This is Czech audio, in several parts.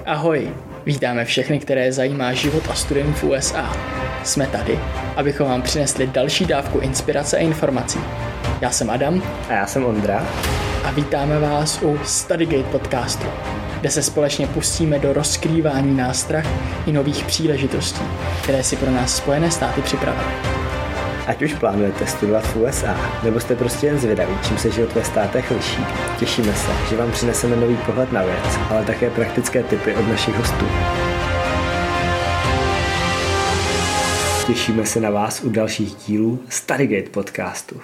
Ahoj, vítáme všechny, které zajímá život a studium v USA. Jsme tady, abychom vám přinesli další dávku inspirace a informací. Já jsem Adam. A já jsem Ondra. A vítáme vás u Studygate podcastu, kde se společně pustíme do rozkrývání nástrah i nových příležitostí, které si pro nás Spojené státy připravily. Ať už plánujete studovat v USA, nebo jste prostě jen zvědaví, čím se život ve státech liší, těšíme se, že vám přineseme nový pohled na věc, ale také praktické tipy od našich hostů. Těšíme se na vás u dalších dílů Studygate podcastu.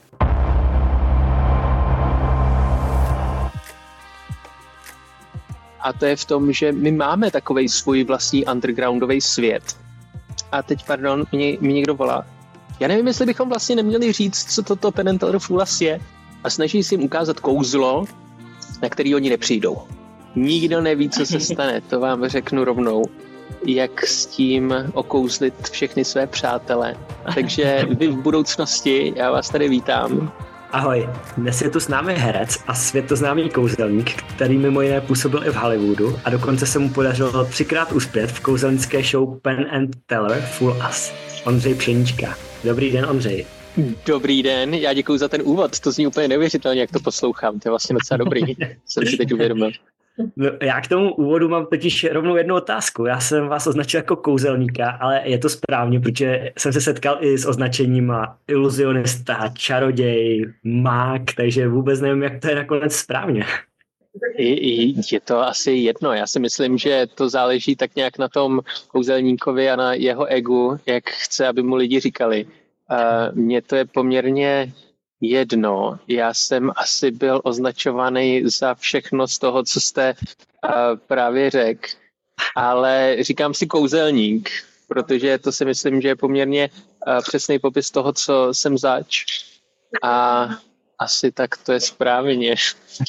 A to je v tom, že my máme takovej svůj vlastní undergroundový svět. A teď, mě někdo volá. Já nevím, jestli bychom vlastně neměli říct, co toto Penn and Teller Foolas je, a snaží si jim ukázat kouzlo, na který oni nepřijdou. Nikdo neví, co se stane, to vám řeknu rovnou, jak s tím okouzlit všechny své přátele. Takže vy v budoucnosti, já vás tady vítám. Ahoj, dnes je tu s námi herec a světoznámý kouzelník, který mimo jiné působil i v Hollywoodu a dokonce se mu podařilo 3krát uspět v kouzelnické show Penn and Teller Foolas. Ondřej Pšeníčka. Dobrý den, Ondřej. Dobrý den, já děkuji za ten úvod, to zní úplně neuvěřitelně, jak to poslouchám, to je vlastně docela dobrý, jsem si teď uvědomil. No, já k tomu úvodu mám totiž rovnou jednu otázku. Já jsem vás označil jako kouzelníka, ale je to správně, protože jsem se setkal i s označeníma iluzionista, čaroděj, mák, takže vůbec nevím, jak to je nakonec správně. Je to asi jedno. Já si myslím, že to záleží tak nějak na tom kouzelníkovi a na jeho egu, jak chce, aby mu lidi říkali. Mně to je poměrně jedno. Já jsem asi byl označovaný za všechno z toho, co jste právě řekl, ale říkám si kouzelník, protože to si myslím, že je poměrně přesný popis toho, co jsem zač. A asi tak to je správně.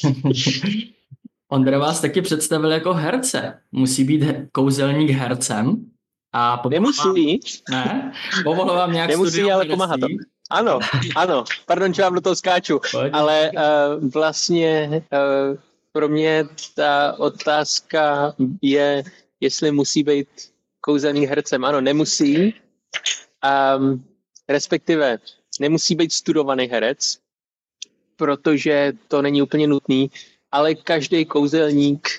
Ondra vás taky představil jako herce. Musí být kouzelník hercem. A nemusí. Ne? Pomohlo vám nějak nemusí, ale pomáhá to. Ano. Pardon, že vám do toho skáču. Ale vlastně pro mě ta otázka je, jestli musí být kouzelník hercem. Ano, nemusí. Respektive nemusí být studovaný herec, protože to není úplně nutný, ale každý kouzelník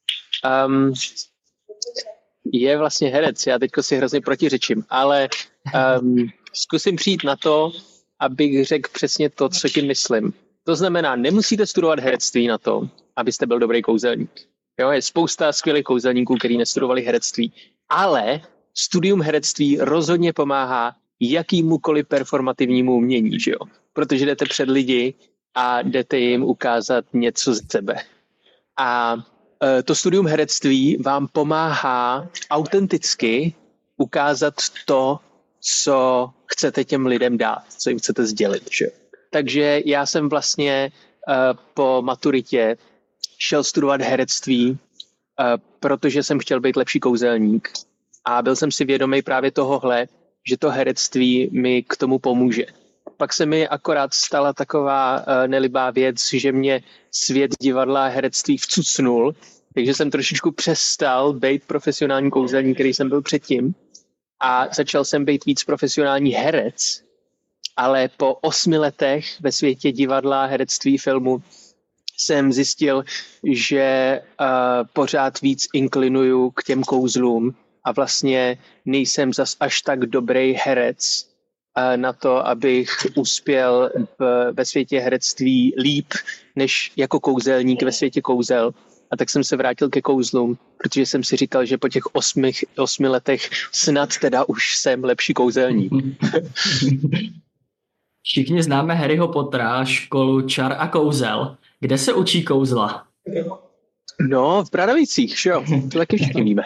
je vlastně herec. Já teďko si hrozně protiřečím, ale zkusím přijít na to, abych řekl přesně to, co tím myslím. To znamená, nemusíte studovat herectví na to, abyste byl dobrý kouzelník. Jo, je spousta skvělých kouzelníků, kteří nestudovali herectví, ale studium herectví rozhodně pomáhá jakýmukoliv performativnímu umění, že jo? Protože jdete před lidi a jdete jim ukázat něco z sebe. A to studium herectví vám pomáhá autenticky ukázat to, co chcete těm lidem dát, co jim chcete sdělit. Že? Takže já jsem vlastně po maturitě šel studovat herectví, protože jsem chtěl být lepší kouzelník. A byl jsem si vědomý právě tohohle, že to herectví mi k tomu pomůže. Pak se mi akorát stala taková nelibá věc, že mě svět divadla a herectví vcucnul, takže jsem trošičku přestal být profesionální kouzelník, který jsem byl předtím, a začal jsem být víc profesionální herec, ale po 8 letech ve světě divadla, herectví, filmu jsem zjistil, že pořád víc inklinuju k těm kouzlům a vlastně nejsem zas až tak dobrý herec na to, abych uspěl ve světě herectví líp, než jako kouzelník ve světě kouzel. A tak jsem se vrátil ke kouzlům, protože jsem si říkal, že po těch 8 letech snad teda už jsem lepší kouzelník. Všichni známe Harryho Pottera, školu čar a kouzel. Kde se učí kouzla? No, v Bradavicích, že jo? To taky všichni víme.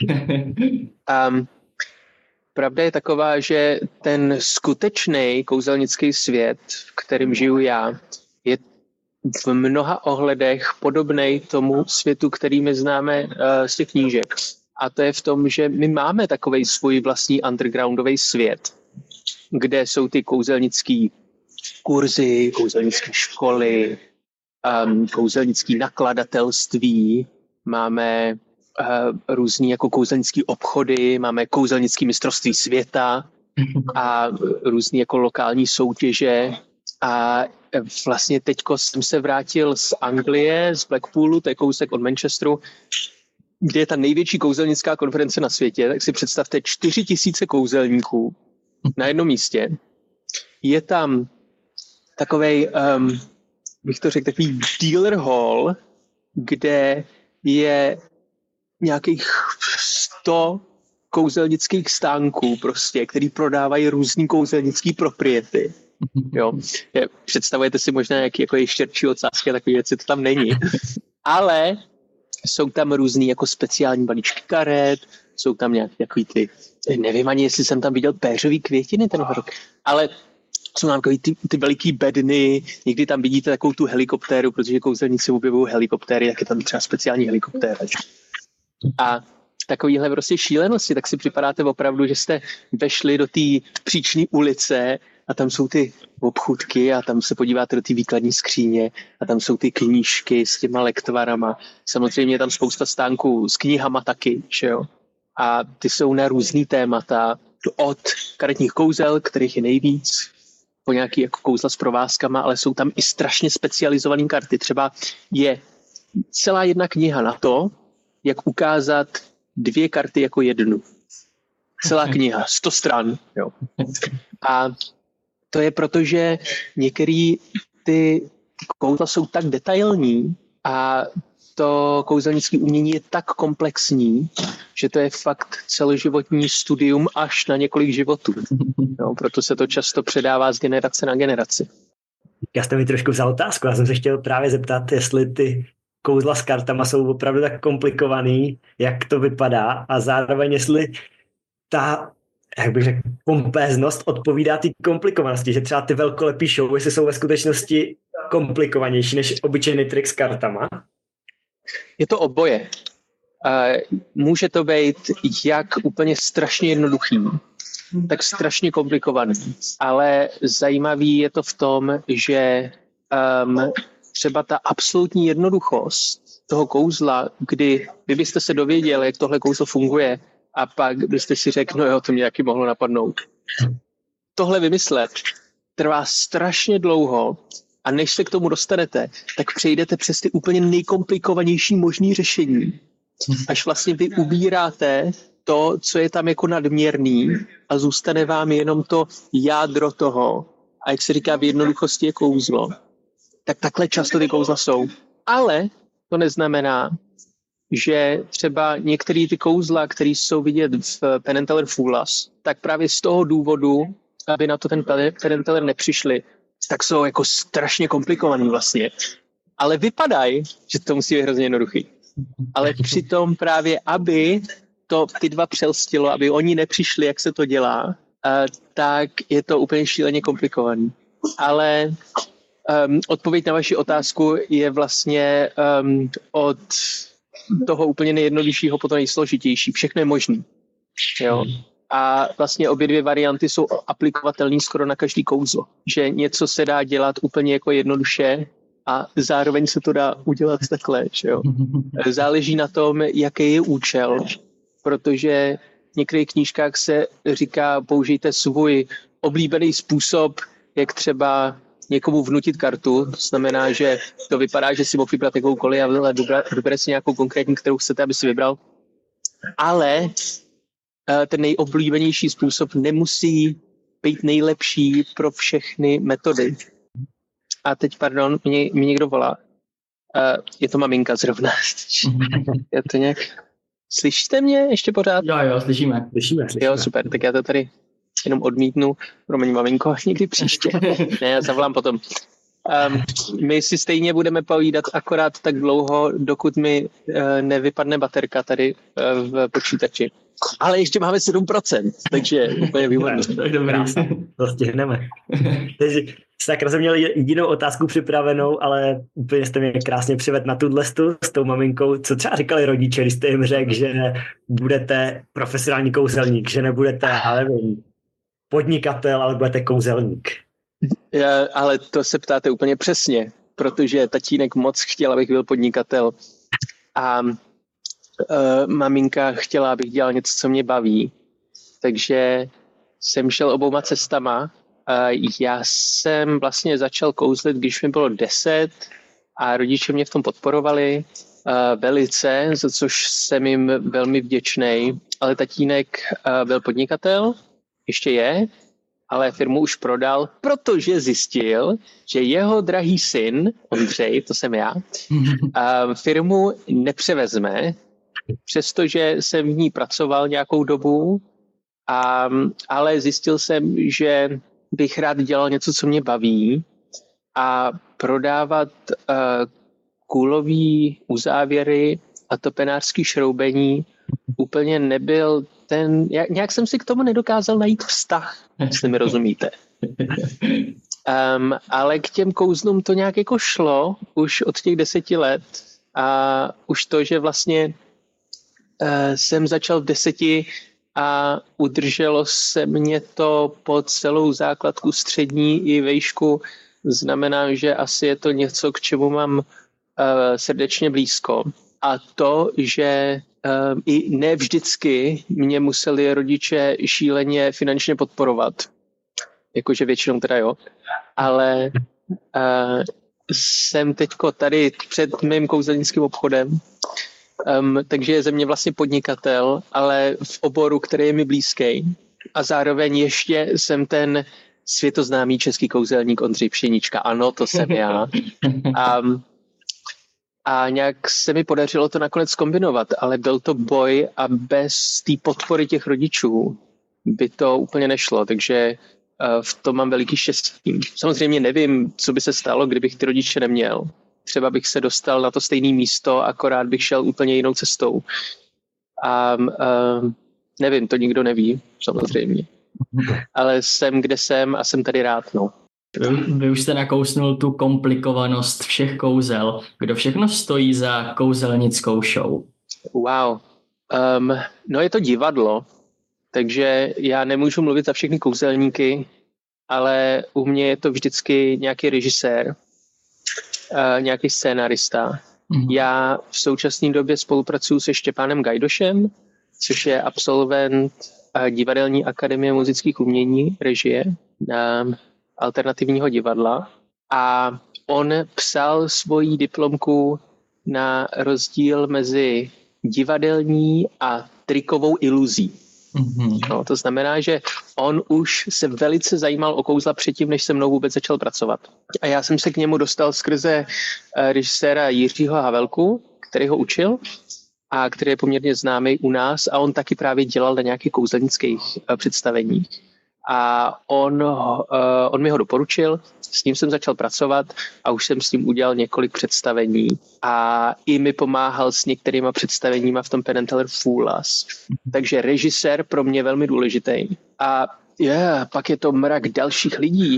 Pravda je taková, že ten skutečný kouzelnický svět, v kterém žiju já, je v mnoha ohledech podobnej tomu světu, který my známe z těch knížek. A to je v tom, že my máme takovej svůj vlastní undergroundový svět, kde jsou ty kouzelnický kurzy, kouzelnické školy, kouzelnické nakladatelství, máme různý jako kouzelnický obchody, máme kouzelnický mistrovství světa a různý jako lokální soutěže. A vlastně teďko jsem se vrátil z Anglie, z Blackpoolu, to je kousek od Manchesteru, kde je ta největší kouzelnická konference na světě, tak si představte 4000 kouzelníků na jednom místě. Je tam takovej, bych to řekl, takový dealer hall, kde je nějakých 100 kouzelnických stánků prostě, který prodávají různý kouzelnický propriety. Jo. Představujete si možná nějaký jako ještěrčí ocásky a takové věci, to tam není. Ale jsou tam různý jako speciální balíčky karet, jsou tam nějaký takový ty, nevím ani, jestli jsem tam viděl péřový květiny ten rok, ale jsou tam takový ty veliký bedny, někdy tam vidíte takovou tu helikoptéru, protože kouzelníci objevují helikoptéry, tak je tam třeba speciální helikoptéra. A takovýhle prostě šílenosti, tak si připadáte opravdu, že jste vešli do té příčné ulice a tam jsou ty obchůdky a tam se podíváte do té výkladní skříně a tam jsou ty knížky s těma lektvarama. Samozřejmě je tam spousta stánků s knihama taky, že jo? A ty jsou na různý témata, od karetních kouzel, kterých je nejvíc, po nějaký jako kouzla s provázkama, ale jsou tam i strašně specializované karty. Třeba je celá jedna kniha na to, jak ukázat 2 karty jako jednu. Celá kniha, 100 stran. Jo. A to je proto, že některé ty kouzla jsou tak detailní a to kouzelnické umění je tak komplexní, že to je fakt celoživotní studium až na několik životů. No, proto se to často předává z generace na generaci. Já jste mi trošku vzal otázku. Já jsem se chtěl právě zeptat, jestli ty kouzla s kartama jsou opravdu tak komplikovaný, jak to vypadá, a zároveň jestli ta, jak bych řekl, pompéznost odpovídá té komplikovanosti, že třeba ty velkolepý show, jestli jsou ve skutečnosti komplikovanější než obyčejný trik s kartama. Je to oboje. Může to být jak úplně strašně jednoduchý, tak strašně komplikovaný. Ale zajímavý je to v tom, že třeba ta absolutní jednoduchost toho kouzla, kdy vy byste se dověděl, jak tohle kouzlo funguje, a pak byste si řekl, no jo, to mě jaký mohlo napadnout. Tohle vymyslet trvá strašně dlouho, a než se k tomu dostanete, tak přejdete přes ty úplně nejkomplikovanější možný řešení. Až vlastně vy ubíráte to, co je tam jako nadměrný, a zůstane vám jenom to jádro toho. A jak se říká, v jednoduchosti je kouzlo. Tak takhle často ty kouzla jsou. Ale to neznamená, že třeba některé ty kouzla, které jsou vidět v Penn & Teller Foolas, tak právě z toho důvodu, aby na to ten Penn & Teller nepřišli, tak jsou jako strašně komplikovaný vlastně. Ale vypadají, že to musí být hrozně jednoduchý. Ale přitom právě, aby to ty dva přelstilo, aby oni nepřišli, jak se to dělá, tak je to úplně šíleně komplikovaný. Ale odpověď na vaši otázku je vlastně od toho úplně nejjednoduššího po to nejsložitější. Všechno je možný. Jo. A vlastně obě dvě varianty jsou aplikovatelné skoro na každý kouzlo. Že něco se dá dělat úplně jako jednoduše a zároveň se to dá udělat takhle. Že jo. Záleží na tom, jaký je účel, protože v některých knížkách se říká, použijte svůj oblíbený způsob, jak třeba někomu vnutit kartu. To znamená, že to vypadá, že si mohl vybrat jakoukoliv a vybere si nějakou konkrétní, kterou chcete, aby si vybral. Ale ten nejoblíbenější způsob nemusí být nejlepší pro všechny metody. A teď, pardon, mě někdo volá. Je to maminka zrovna. Je to nějak... Slyšíte mě ještě pořád? Jo, slyšíme. Jo, super, tak já to tady jenom odmítnu. Promiň, maminko, někdy příště. Ne, já zavolám potom. My si stejně budeme povídat akorát tak dlouho, dokud mi nevypadne baterka tady v počítači. Ale ještě máme 7%, takže úplně výborné. Dobrá, to stihneme. Takže jste tak rozuměl jedinou otázku připravenou, ale úplně jste mě krásně přivedl na tuhle s tou maminkou. Co třeba říkali rodiče, když jste jim řekl, že budete profesionální kouzelník, že nebudete, nevím, podnikatel, ale budete kouzelník? Ale to se ptáte úplně přesně, protože tatínek moc chtěl, abych byl podnikatel. A maminka chtěla, abych dělal něco, co mě baví. Takže jsem šel obouma cestama. Já jsem vlastně začal kouzlit, když mi bylo 10 a rodiče mě v tom podporovali velice, za což jsem jim velmi vděčný. Ale tatínek byl podnikatel, ještě je, ale firmu už prodal, protože zjistil, že jeho drahý syn, Ondřej, to jsem já, firmu nepřevezme, přestože jsem v ní pracoval nějakou dobu, ale zjistil jsem, že bych rád dělal něco, co mě baví a prodávat kulový uzávěry a topenářský šroubení úplně nebyl ten, nějak jsem si k tomu nedokázal najít vztah, jestli mi rozumíte. Ale k těm kouzlům to nějak jako šlo už od těch 10 let a už to, že vlastně jsem začal v 10 a udrželo se mě to po celou základku střední i vejšku, znamená, že asi je to něco, k čemu mám srdečně blízko. A to, že i ne vždycky mě museli rodiče šíleně finančně podporovat. Jakože většinou teda jo. Ale jsem teďko tady před mým kouzelnickým obchodem, takže je ze mě vlastně podnikatel, ale v oboru, který je mi blízký. A zároveň ještě jsem ten světoznámý český kouzelník Ondřej Pšenička. Ano, to jsem já. A nějak se mi podařilo to nakonec kombinovat, ale byl to boj a bez té podpory těch rodičů by to úplně nešlo, takže v tom mám veliký štěstí. Samozřejmě nevím, co by se stalo, kdybych ty rodiče neměl. Třeba bych se dostal na to stejné místo, akorát bych šel úplně jinou cestou. A nevím, to nikdo neví, samozřejmě. Ale jsem, kde jsem a jsem tady rád, no. Vy už jste nakousnul tu komplikovanost všech kouzel. Kdo všechno stojí za kouzelnickou show? Wow. No je to divadlo, takže já nemůžu mluvit za všechny kouzelníky, ale u mě je to vždycky nějaký režisér, nějaký scénarista. Já v současné době spolupracuju se Štěpánem Gajdošem, což je absolvent Divadelní akademie muzických umění, režie, alternativního divadla. A on psal svoji diplomku na rozdíl mezi divadelní a trikovou iluzí. No, to znamená, že on už se velice zajímal o kouzla předtím, než se mnou vůbec začal pracovat. A já jsem se k němu dostal skrze režiséra Jiřího Havelku, který ho učil a který je poměrně známý u nás a on taky právě dělal na nějakých kouzelnických představeních. A on mi ho doporučil, s ním jsem začal pracovat a už jsem s ním udělal několik představení a i mi pomáhal s některýma představeníma v tom Penn & Teller Foolas. Takže režisér pro mě velmi důležitý. A pak je to mrak dalších lidí.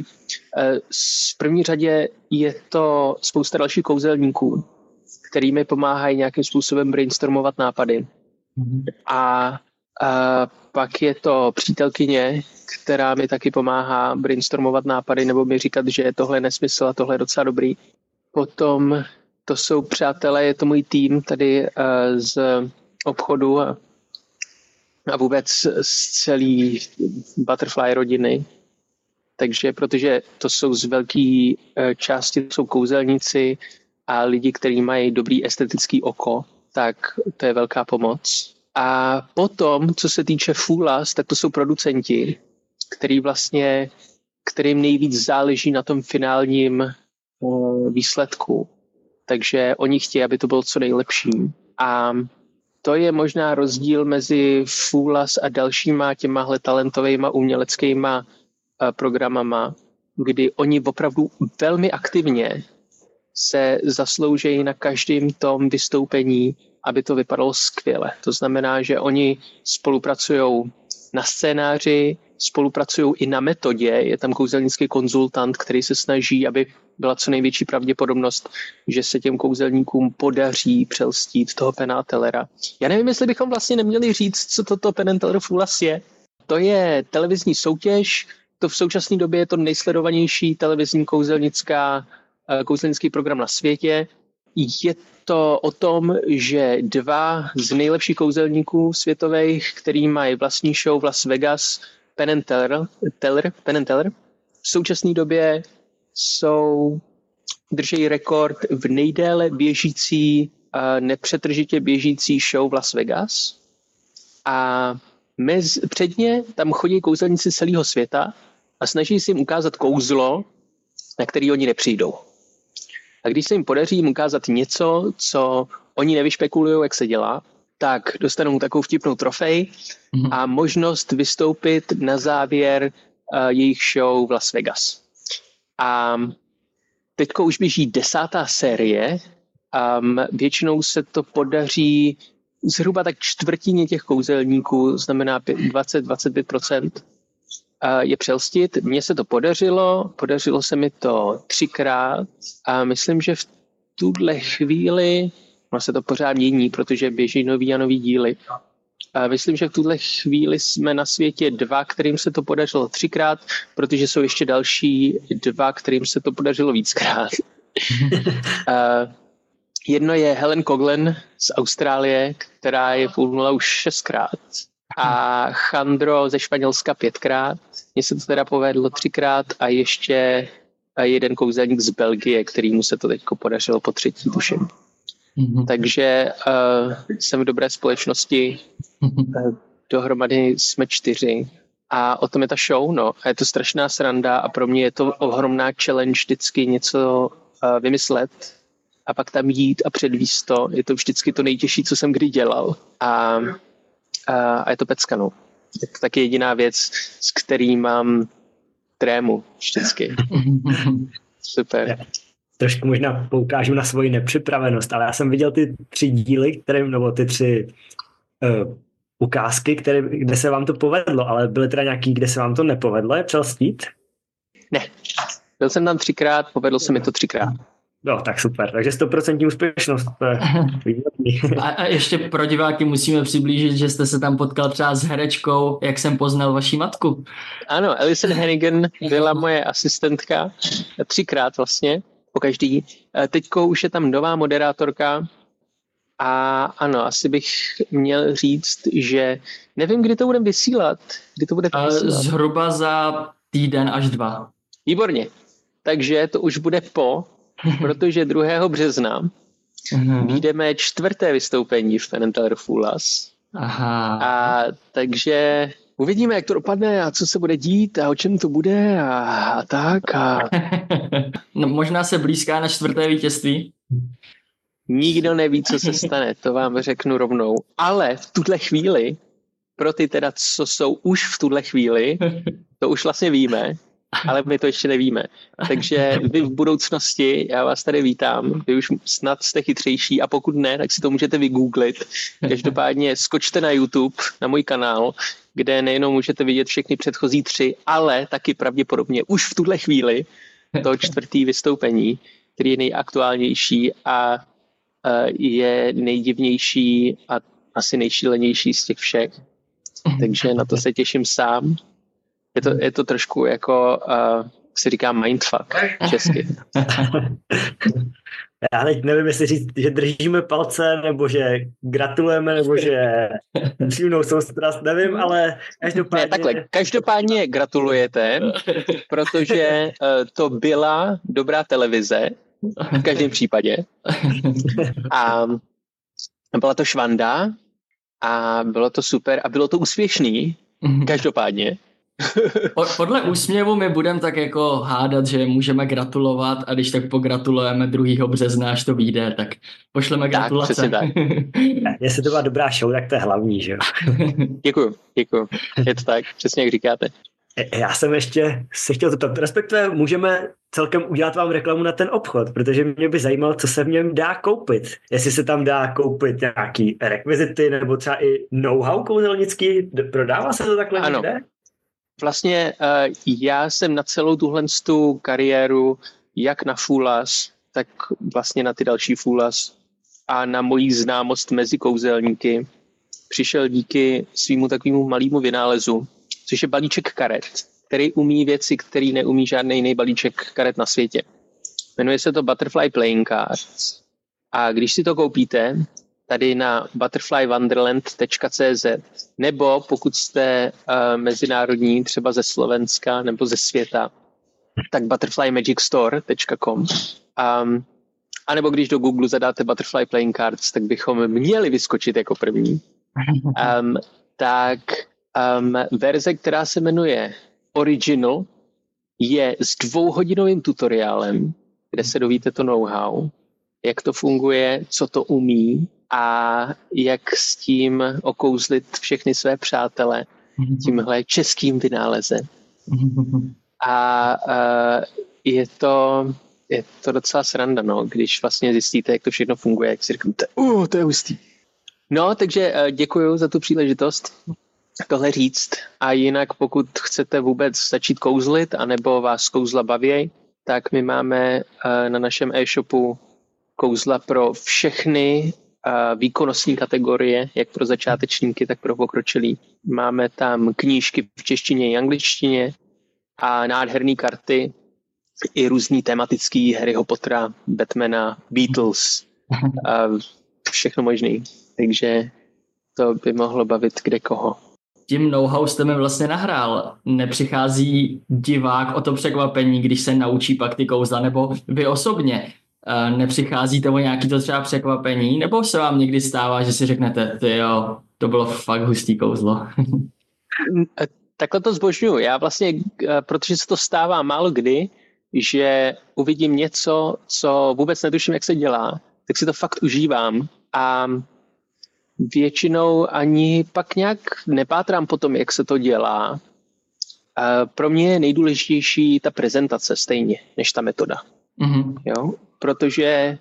V první řadě je to spousta dalších kouzelníků, který mi pomáhají nějakým způsobem brainstormovat nápady. A pak je to přítelkyně, která mi taky pomáhá brainstormovat nápady nebo mi říkat, že tohle je nesmysl a tohle je docela dobrý. Potom to jsou přátelé, je to můj tým tady z obchodu a vůbec z celý Butterfly rodiny. Takže protože to jsou z velké části, to jsou kouzelníci a lidi, kteří mají dobrý estetický oko, tak to je velká pomoc. A potom, co se týče Foolas, tak to jsou producenti, kterým nejvíc záleží na tom finálním výsledku. Takže oni chtějí, aby to bylo co nejlepší. A to je možná rozdíl mezi Foolas a dalšíma těmahle talentovejma uměleckýma programama, kdy oni opravdu velmi aktivně se zasloužejí na každém tom vystoupení, aby to vypadalo skvěle. To znamená, že oni spolupracují na scénáři, spolupracují i na metodě. Je tam kouzelnický konzultant, který se snaží, aby byla co největší pravděpodobnost, že se těm kouzelníkům podaří přelstít toho Penn & Tellera. Já nevím, jestli bychom vlastně neměli říct, co toto Penn & Teller Foolas je. To je televizní soutěž, to v současné době je to nejsledovanější televizní kouzelnický program na světě. Je to o tom, že dva z nejlepších kouzelníků světových, který mají vlastní show v Las Vegas, Penn and Teller, v současné době drží rekord v nejdéle běžící, nepřetržitě běžící show v Las Vegas. A předně tam chodí kouzelníci celého světa a snaží si jim ukázat kouzlo, na který oni nepřijdou. A když se jim podaří jim ukázat něco, co oni nevyšpekulují, jak se dělá, tak dostanou takovou vtipnou trofej a možnost vystoupit na závěr jejich show v Las Vegas. A teďko už běží 10. série. Většinou se to podaří zhruba tak čtvrtině těch kouzelníků, znamená 20-25%, je přelstit. Mně se to podařilo se mi to 3krát a myslím, že v tuhle chvíli, se to pořád mění, protože běží nový a nový díly. A myslím, že v tuhle chvíli jsme na světě 2, kterým se to podařilo 3krát, protože jsou ještě další 2, kterým se to podařilo víckrát. Jedno je Helen Coghlan z Austrálie, která je půlnula už 6krát. A Chandro ze Španělska 5krát. Mně se to teda povedlo 3krát a ještě jeden kouzelník z Belgie, kterýmu se to teďko podařilo po 3. tuším. Takže jsem v dobré společnosti. Dohromady jsme 4. A o tom je ta show, no. A je to strašná sranda a pro mě je to ohromná challenge vždycky něco vymyslet a pak tam jít a předvíst to. Je to vždycky to nejtěžší, co jsem kdy dělal. A je to pecka, no. Je to taky jediná věc, s který mám trému vždycky. Super. Trošku možná poukážu na svoji nepřipravenost, ale já jsem viděl ty 3 díly, nebo ty 3 ukázky, kde se vám to povedlo, ale byly teda nějaký, kde se vám to nepovedlo je přelstít? Ne. Byl jsem tam 3krát, povedlo se mi to 3krát. No, tak super. Takže 100% úspěšnost. A ještě pro diváky musíme přiblížit, že jste se tam potkal třeba s herečkou, jak jsem poznal vaši matku. Ano, Alison Hannigan byla moje asistentka 3krát vlastně, po každý. Teďko už je tam nová moderátorka a ano, asi bych měl říct, že nevím, kdy to budeme vysílat. Zhruba za týden až 2. Výborně. Takže to už bude protože 2. března vyjdeme 4. vystoupení v Penn and Teller Foolas. Aha. A takže uvidíme, jak to dopadne a co se bude dít a o čem to bude a tak. No, možná se blízká na 4. vítězství. Nikdo neví, co se stane, to vám řeknu rovnou. Ale v tuhle chvíli, pro ty teda, co jsou už v tuhle chvíli, to už vlastně víme, ale my to ještě nevíme. Takže vy v budoucnosti, já vás tady vítám, vy už snad jste chytřejší a pokud ne, tak si to můžete vygooglit. Každopádně skočte na YouTube, na můj kanál, kde nejenom můžete vidět všechny předchozí 3, ale taky pravděpodobně už v tuhle chvíli to 4. vystoupení, který je nejaktuálnější a je nejdivnější a asi nejšílenější z těch všech. Takže na to se těším sám. Je to trošku jako, se říká mindfuck česky. Já teď nevím, jestli říct, že držíme palce, nebo že gratulujeme, nebo že příjemnou soustrast, nevím, ale každopádně... Ne, takhle, každopádně gratulujete, protože to byla dobrá televize, v každém případě. A byla to švanda a bylo to super a bylo to úspěšný, každopádně. Podle úsměvu my budeme tak jako hádat, že můžeme gratulovat a když tak pogratulujeme 2. března, až to vyjde, tak pošleme gratulace. Tak, přesně tak. Jestli to byla dobrá show, tak to je hlavní, že jo? Děkuju. Je to tak, přesně jak říkáte. Já jsem ještě se chtěl zeptat, respektive můžeme celkem udělat vám reklamu na ten obchod, protože mě by zajímalo, co se v něm dá koupit. Jestli se tam dá koupit nějaký rekvizity nebo třeba i know-how kouzelnický, prodává se to takhle někde? Ano. Vlastně já jsem na celou tu kariéru, jak na Foolas, tak vlastně na ty další Foolas a na moji známost mezi kouzelníky přišel díky svýmu takovému malému vynálezu, což je balíček karet, který umí věci, který neumí žádný jiný balíček karet na světě. Jmenuje se to Butterfly Playing Cards A když si to koupíte tady na butterflywonderland.cz nebo pokud jste mezinárodní, třeba ze Slovenska nebo ze světa, tak butterflymagic.store.com a nebo když do Google zadáte Butterfly Playing Cards, tak bychom měli vyskočit jako první. Tak verze, která se jmenuje Original, je s 2hodinovým tutoriálem, kde se dovíte to know-how, jak to funguje, co to umí a jak s tím okouzlit všechny své přátele tímhle českým vynálezem. A je to docela sranda, no, když vlastně zjistíte, jak to všechno funguje, jak si říkáte, to je hustý. No, takže děkuju za tu příležitost tohle říct a jinak pokud chcete vůbec začít kouzlit anebo vás kouzla baví, tak my máme na našem e-shopu kouzla pro všechny výkonnostní kategorie, jak pro začátečníky, tak pro pokročilí. Máme tam knížky v češtině i angličtině a nádherné karty i různý tematický Harryho Pottera, Batmana, Beatles, všechno možný. Takže to by mohlo bavit kde koho. Tím know-how jste mi vlastně nahrál. Nepřichází divák o to překvapení, když se naučí pak ty kouzla, nebo vy osobně nepřicházíte o nějaký to třeba překvapení, nebo se vám někdy stává, že si řeknete, tyjo, to bylo fakt hustý kouzlo. Takhle to zbožňuju. Já vlastně, protože se to stává málo kdy, že uvidím něco, co vůbec netuším, jak se dělá, tak si to fakt užívám a většinou ani pak nějak nepátrám po tom, jak se to dělá. Pro mě je nejdůležitější ta prezentace stejně, než ta metoda. Jo? Protože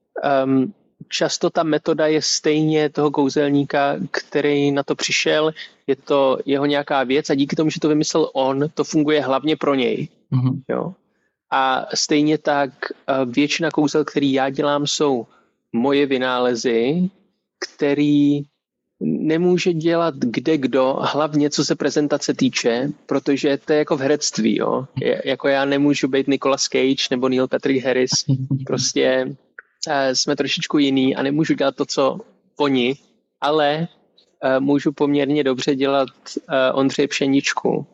často ta metoda je stejně toho kouzelníka, který na to přišel, je to jeho nějaká věc a díky tomu, že to vymyslel on, to funguje hlavně pro něj. Jo? A stejně tak většina kouzel, který já dělám, jsou moje vynálezy, který nemůže dělat kde kdo, hlavně co se prezentace týče, protože to je jako v herectví. Jo? Jako já nemůžu být Nicolas Cage nebo Neil Patrick Harris. Prostě jsme trošičku jiný a nemůžu dělat to, co oni, ale můžu poměrně dobře dělat Ondřeje Pšeničku.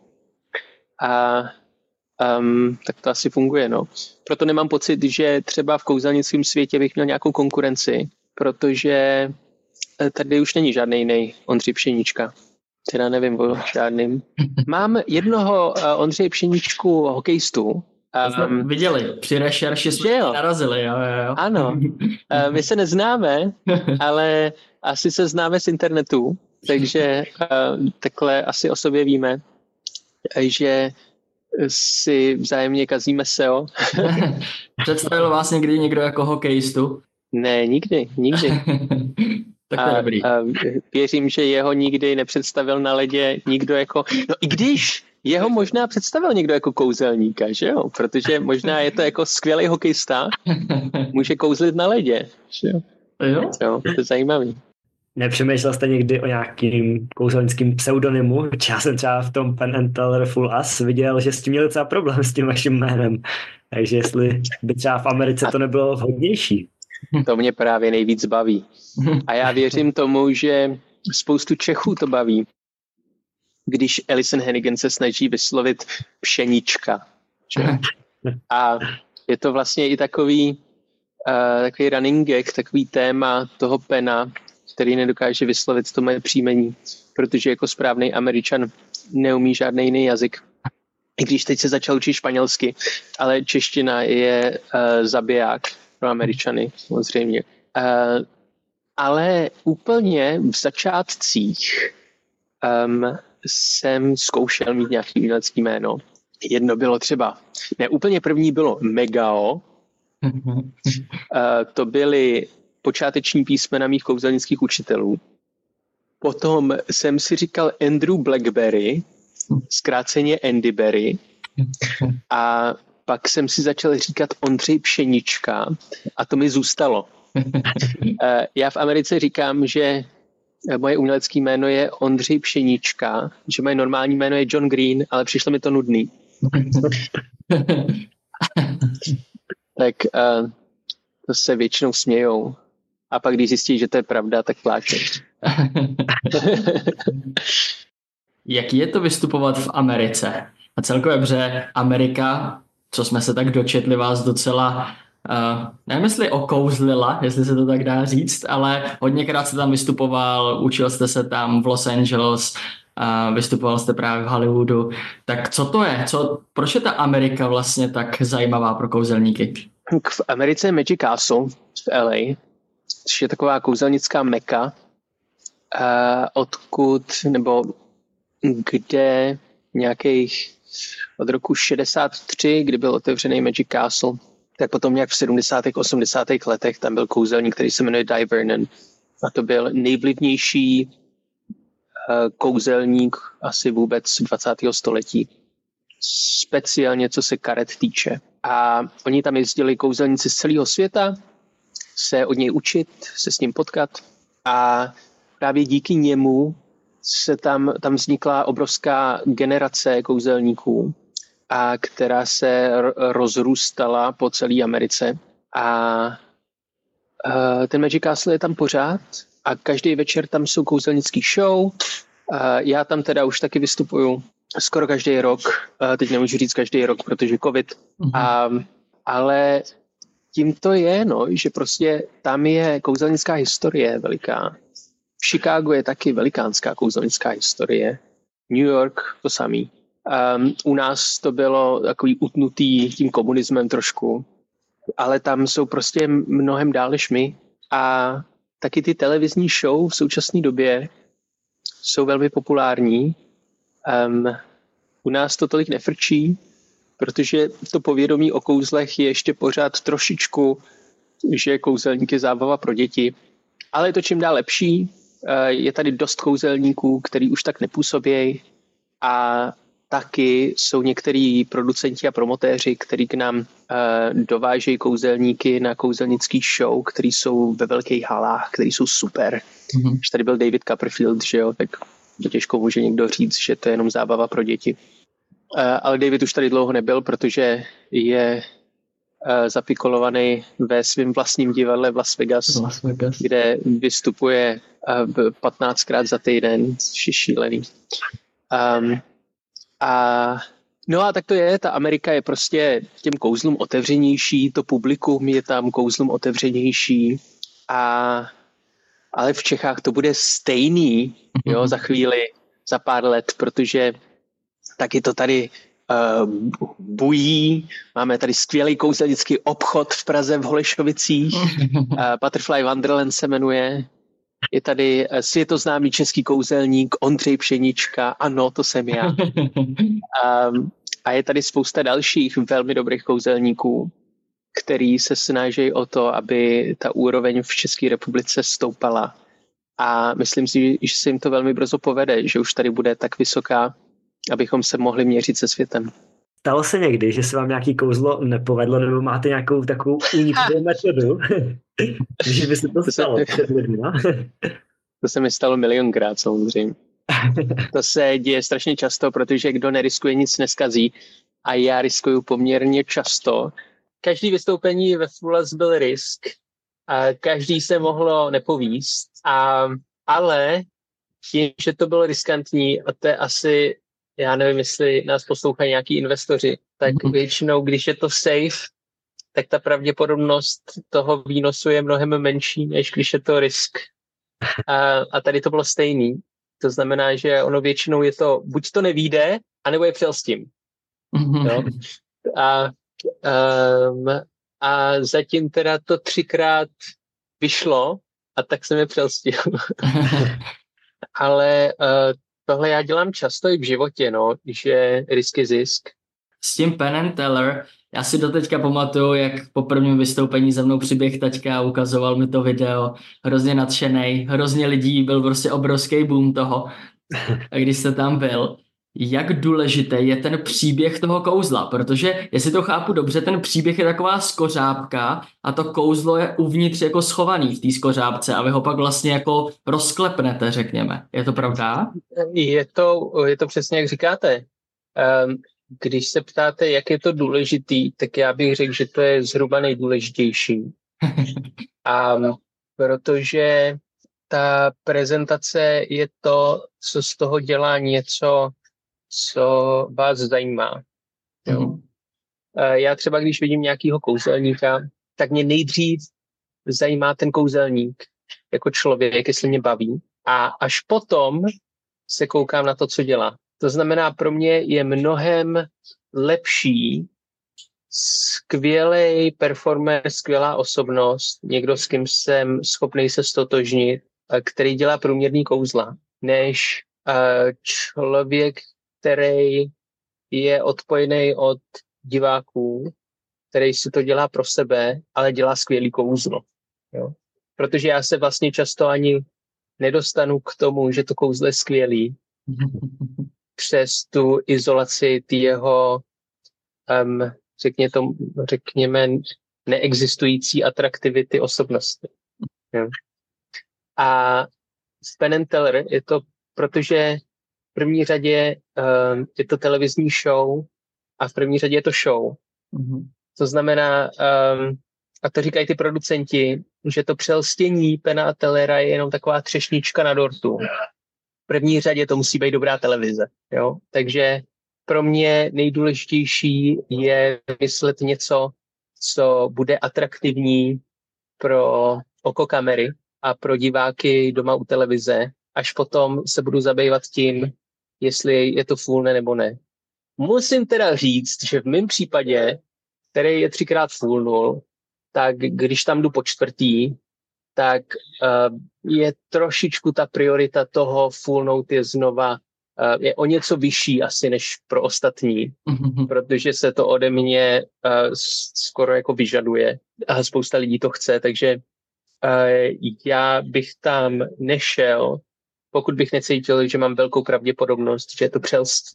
A tak to asi funguje. No. Proto nemám pocit, že třeba v kouzelnickém světě bych měl nějakou konkurenci, protože tady už není žádný jiný Ondřej Pšenička. Teda nevím o žádným. Mám jednoho Ondřeje Pšeničku hokejistu. Viděli, při rešerši jsme narazili. Jo. Ano, my se neznáme, ale asi se známe z internetu, takže takhle asi o sobě víme, že si vzájemně kazíme SEO. Představil vás někdy někdo jako hokejistu? Ne, nikdy. Tak to je dobrý. Věřím, že jeho nikdy nepředstavil na ledě nikdo jako... No i když jeho možná představil někdo jako kouzelníka, že jo? Protože možná je to jako skvělý hokejista, může kouzlit na ledě, že jo? Jo, to je zajímavý. Nepřemýšlel jste někdy o nějakým kouzelnickým pseudonymu? Já jsem třeba v tom Penn and Teller Full As viděl, že s tím měl docela problém s tím vaším jménem. Takže jestli by třeba v Americe to nebylo vhodnější. To mě právě nejvíc baví. A já věřím tomu, že spoustu Čechů to baví, když Alison Hannigan se snaží vyslovit pšenička. A je to vlastně i takový running gag, takový téma toho Pena, který nedokáže vyslovit to moje příjmení, protože jako správný Američan neumí žádný jiný jazyk. I když teď se začal učit španělsky, ale čeština je zabiják pro Američany, samozřejmě. Ale úplně v začátcích jsem zkoušel mít nějaký umělecký jméno. Jedno bylo třeba, ne, úplně první bylo Megao. To byly počáteční písmena mých kouzelnických učitelů. Potom jsem si říkal Andrew Blackberry, zkráceně Andy Berry. A pak jsem si začal říkat Ondřej Pšenička a to mi zůstalo. Já v Americe říkám, že moje umělecké jméno je Ondřej Pšenička, že moje normální jméno je John Green, ale přišlo mi to nudný. Tak to se většinou smějou. a pak když zjistí, že to je pravda, tak pláče. Jaký je to vystupovat v Americe? A celkově, protože Amerika, co jsme se tak dočetli, vás docela, nevím, jestli okouzlila, jestli se to tak dá říct, ale hodněkrát jste tam vystupoval, učil jste se tam v Los Angeles, vystupoval jste právě v Hollywoodu. Tak co to je? Proč je ta Amerika vlastně tak zajímavá pro kouzelníky? V Americe je Magic Castle v LA, což je taková kouzelnická meka, odkud, nebo kde nějakých od roku 63, kdy byl otevřený Magic Castle, tak potom nějak v 70. 80. letech tam byl kouzelník, který se jmenuje Dai Vernon. A to byl nejvlivnější kouzelník asi vůbec 20. století. Speciálně co se karet týče. A oni tam jezdili kouzelníci z celého světa, se od něj učit, se s ním potkat. A právě díky němu se tam vznikla obrovská generace kouzelníků, která se rozrůstala po celé Americe. A ten Magic Castle je tam pořád a každý večer tam jsou kouzelnický show. Já tam teda už taky vystupuju skoro každý rok. Teď nemůžu říct každý rok, protože covid. Ale tím to je, že prostě tam je kouzelnická historie veliká. V Chicagu je taky velikánská kouzelnická historie. New York to samý. U nás to bylo takový utnutý tím komunismem trošku, ale tam jsou prostě mnohem dál než my. A taky ty televizní show v současné době jsou velmi populární. U nás to tolik nefrčí, protože to povědomí o kouzlech je ještě pořád trošičku, že kouzelník je zábava pro děti. Ale je to čím dál lepší. Je tady dost kouzelníků, který už tak nepůsobějí a taky jsou některý producenti a promotéři, kteří k nám dovážejí kouzelníky na kouzelnický show, který jsou ve velkých halách, který jsou super. Když tady byl David Copperfield, že jo, tak těžko může někdo říct, že to je jenom zábava pro děti. Ale David už tady dlouho nebyl, protože je zapikolovaný ve svém vlastním divadle v Las Vegas, kde vystupuje 15krát za týden, což je šílený. No a tak to je, ta Amerika je prostě těm kouzlům otevřenější, to publikum je tam kouzlům otevřenější, ale v Čechách to bude stejný, jo, za chvíli, za pár let, protože taky to tady bují. Máme tady skvělý kouzelnický obchod v Praze v Holešovicích. Butterfly Wonderland se jmenuje. Je tady světoznámý český kouzelník Ondřej Pšenička. Ano, to jsem já. A je tady spousta dalších velmi dobrých kouzelníků, který se snaží o to, aby ta úroveň v České republice stoupala. A myslím si, že se jim to velmi brzo povede, že už tady bude tak vysoká, abychom se mohli měřit se světem. Stalo se někdy, že se vám nějaký kouzlo nepovedlo, nebo máte nějakou takovou unikovou metodu, že by se to stalo před lidma? To se mi stalo milionkrát, samozřejmě. To se děje strašně často, protože kdo neriskuje, nic neskazí. A já riskuju poměrně často. Každý vystoupení ve Fulas byl risk. A každý se mohlo nepovíst. Ale tím, že to bylo riskantní, a to je asi, já nevím, jestli nás poslouchají nějaký investoři, tak většinou, když je to safe, tak ta pravděpodobnost toho výnosu je mnohem menší, než když je to risk. A tady to bylo stejný. To znamená, že ono většinou je to, buď to nevyjde, anebo je přel s tím. Jo? A zatím teda to 3krát vyšlo a tak jsem je přelstil. Ale tohle já dělám často i v životě, že risk je zisk. S tím Penn and Teller, já si doteďka pamatuju, jak po prvním vystoupení za mnou přiběh taťka a ukazoval mi to video, hrozně nadšenej, hrozně lidí, byl prostě obrovský boom toho, když jste tam byl. Jak důležitý je ten příběh toho kouzla, protože jestli to chápu dobře, ten příběh je taková skořápka a to kouzlo je uvnitř jako schovaný v té skořápce a vy ho pak vlastně jako rozklepnete, řekněme. Je to pravda? Je to přesně, jak říkáte. Když se ptáte, jak je to důležitý, tak já bych řekl, že to je zhruba nejdůležitější. protože ta prezentace je to, co z toho dělá něco, co vás zajímá. Jo? Já třeba, když vidím nějakého kouzelníka, tak mě nejdřív zajímá ten kouzelník jako člověk, jestli mě baví. A až potom se koukám na to, co dělá. To znamená, pro mě je mnohem lepší skvělý performer, skvělá osobnost, někdo, s kým jsem schopný se stotožnit, který dělá průměrný kouzla, než člověk, který je odpojený od diváků, který si to dělá pro sebe, ale dělá skvělý kouzlo. Jo? Protože já se vlastně často ani nedostanu k tomu, že to kouzlo je skvělý, přes tu izolaci jeho, řekněme, neexistující atraktivity osobnosti. Jo? A v Penn and Teller je to, protože v první řadě je to televizní show a v první řadě je to show. To znamená, a to říkají ty producenti, že to přelstění Penna a Tellera je jenom taková třešnička na dortu. V první řadě to musí být dobrá televize. Jo? Takže pro mě nejdůležitější je vymyslet něco, co bude atraktivní pro oko kamery a pro diváky doma u televize. Až potom se budu zabývat tím, jestli je to fullne nebo ne. Musím teda říct, že v mém případě, který je 3x fullnul, tak když tam jdu po čtvrtý, tak je trošičku ta priorita toho fullnout je znova je o něco vyšší asi než pro ostatní, protože se to ode mě skoro jako vyžaduje a spousta lidí to chce, takže já bych tam nešel, pokud bych necítil, že mám velkou pravděpodobnost, že je to přelství.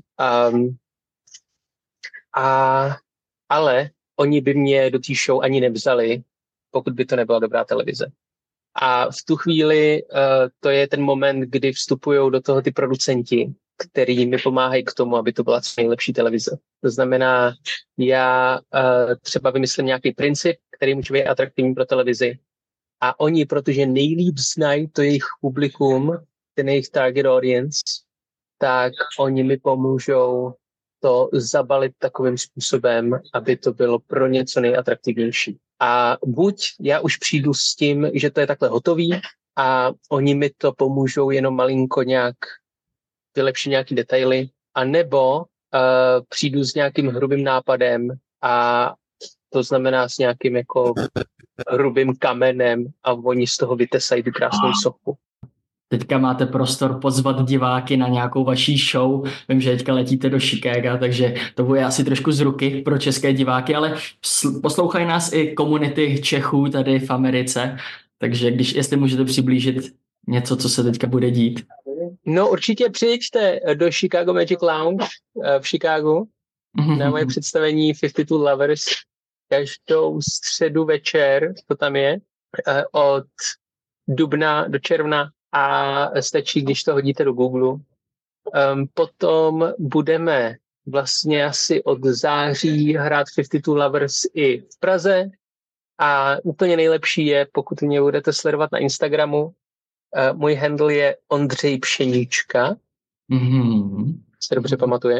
Ale oni by mě do té show ani nevzali, pokud by to nebyla dobrá televize. A v tu chvíli to je ten moment, kdy vstupují do toho ty producenti, který mi pomáhají k tomu, aby to byla co nejlepší televize. To znamená, já třeba vymyslím nějaký princip, který může být atraktivní pro televizi. A oni, protože nejlíp znají to jejich publikum, ten jejich target audience, tak oni mi pomůžou to zabalit takovým způsobem, aby to bylo pro něco nejatraktivnější. A buď já už přijdu s tím, že to je takhle hotový a oni mi to pomůžou jenom malinko nějak vylepšit nějaký detaily, anebo přijdu s nějakým hrubým nápadem a to znamená s nějakým jako hrubým kamenem a oni z toho vytesají tu krásnou sochu. Teďka máte prostor pozvat diváky na nějakou vaší show. Vím, že teďka letíte do Chicaga, takže to bude asi trošku z ruky pro české diváky, ale poslouchají nás i komunity Čechů tady v Americe, takže jestli můžete přiblížit něco, co se teďka bude dít. No určitě přijďte do Chicago Magic Lounge v Chicagu na moje představení 52 Lovers. Každou středu večer, to tam je, od dubna do června a stačí, když to hodíte do Google. Potom budeme vlastně asi od září hrát 52 Lovers i v Praze a úplně nejlepší je, pokud mě budete sledovat na Instagramu, můj handle je Ondřej Pšeníčka, se dobře pamatuje.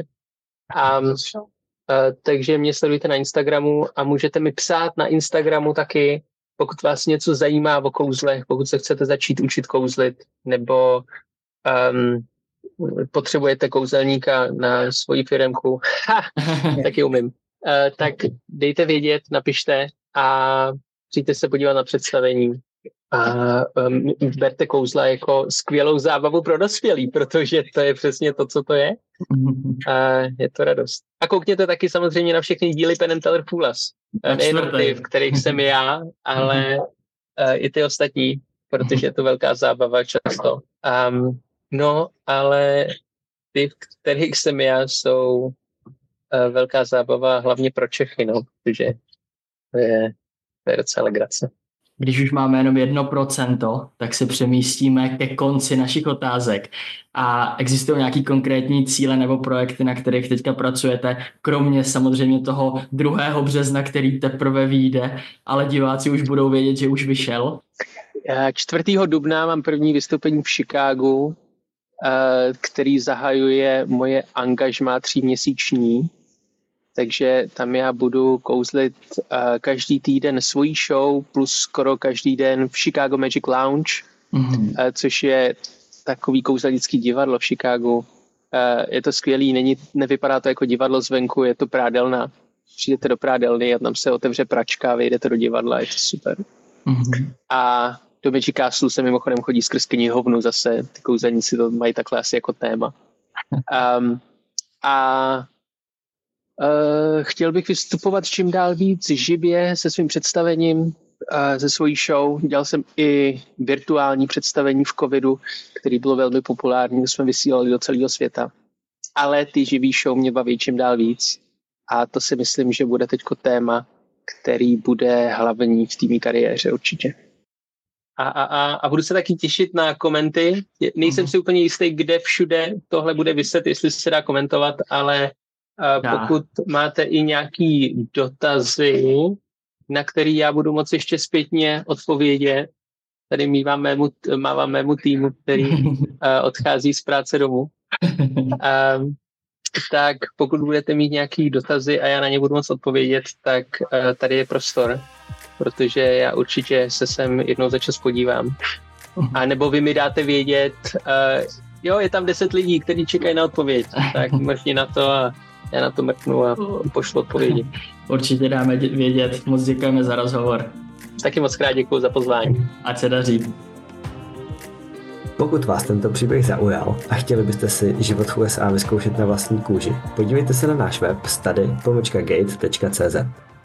Takže mě sledujte na Instagramu a můžete mi psát na Instagramu taky, pokud vás něco zajímá o kouzlech, pokud se chcete začít učit kouzlit, nebo potřebujete kouzelníka na svoji firemku, taky umím. Tak dejte vědět, napište a přijďte se podívat na představení. A berte kouzla jako skvělou zábavu pro dospělý, protože to je přesně to, co to je. A je to radost. A koukněte taky samozřejmě na všechny díly Penn and Teller Foolas. Nejenom ty, v kterých jsem já, ale i ty ostatní, protože je to velká zábava často. No, ale ty, v kterých jsem já, jsou velká zábava hlavně pro Čechy, no, protože to je docela legrace. Když už máme jenom 1%, tak se přemístíme ke konci našich otázek. A existují nějaký konkrétní cíle nebo projekty, na kterých teďka pracujete, kromě samozřejmě toho 2. března, který teprve vyjde, ale diváci už budou vědět, že už vyšel? 4. dubna mám první vystoupení v Chicagu, který zahajuje moje angažmá 3měsíční. Takže tam já budu kouzlit každý týden svojí show plus skoro každý den v Chicago Magic Lounge, což je takový kouzelnický divadlo v Chicagu. Je to skvělý, nevypadá to jako divadlo zvenku, je to prádelna. Přijdete do prádelny a tam se otevře pračka, vyjdete do divadla, je to super. A do Magic Castle se mimochodem chodí skrz knihovnu zase, ty kouzelníci to mají takhle asi jako téma. Chtěl bych vystupovat čím dál víc živě se svým představením, ze svojí show. Dělal jsem i virtuální představení v covidu, který bylo velmi populární, jsme vysílali do celého světa. Ale ty živý show mě baví čím dál víc. A to si myslím, že bude teďko téma, který bude hlavní v té mé kariéře určitě. A budu se taky těšit na komenty. Nejsem si úplně jistý, kde všude tohle bude viset, jestli se dá komentovat, ale pokud máte i nějaký dotazy, na který já budu moci ještě zpětně odpovědět, tady mávám mému týmu, který odchází z práce domů, tak pokud budete mít nějaký dotazy a já na ně budu moct odpovědět, tak tady je prostor, protože já určitě se sem jednou za čas podívám. A nebo vy mi dáte vědět, jo, je tam 10 lidí, kteří čekají na odpověď, tak mrkni na to a já na to mrknu a pošlu odpovědi. Určitě dáme vědět, moc děkujeme za rozhovor. Taky moc krát děkuju za pozvání. Ať se daří. Pokud vás tento příběh zaujal a chtěli byste si život v USA vyzkoušet na vlastní kůži, podívejte se na náš web study.gate.cz.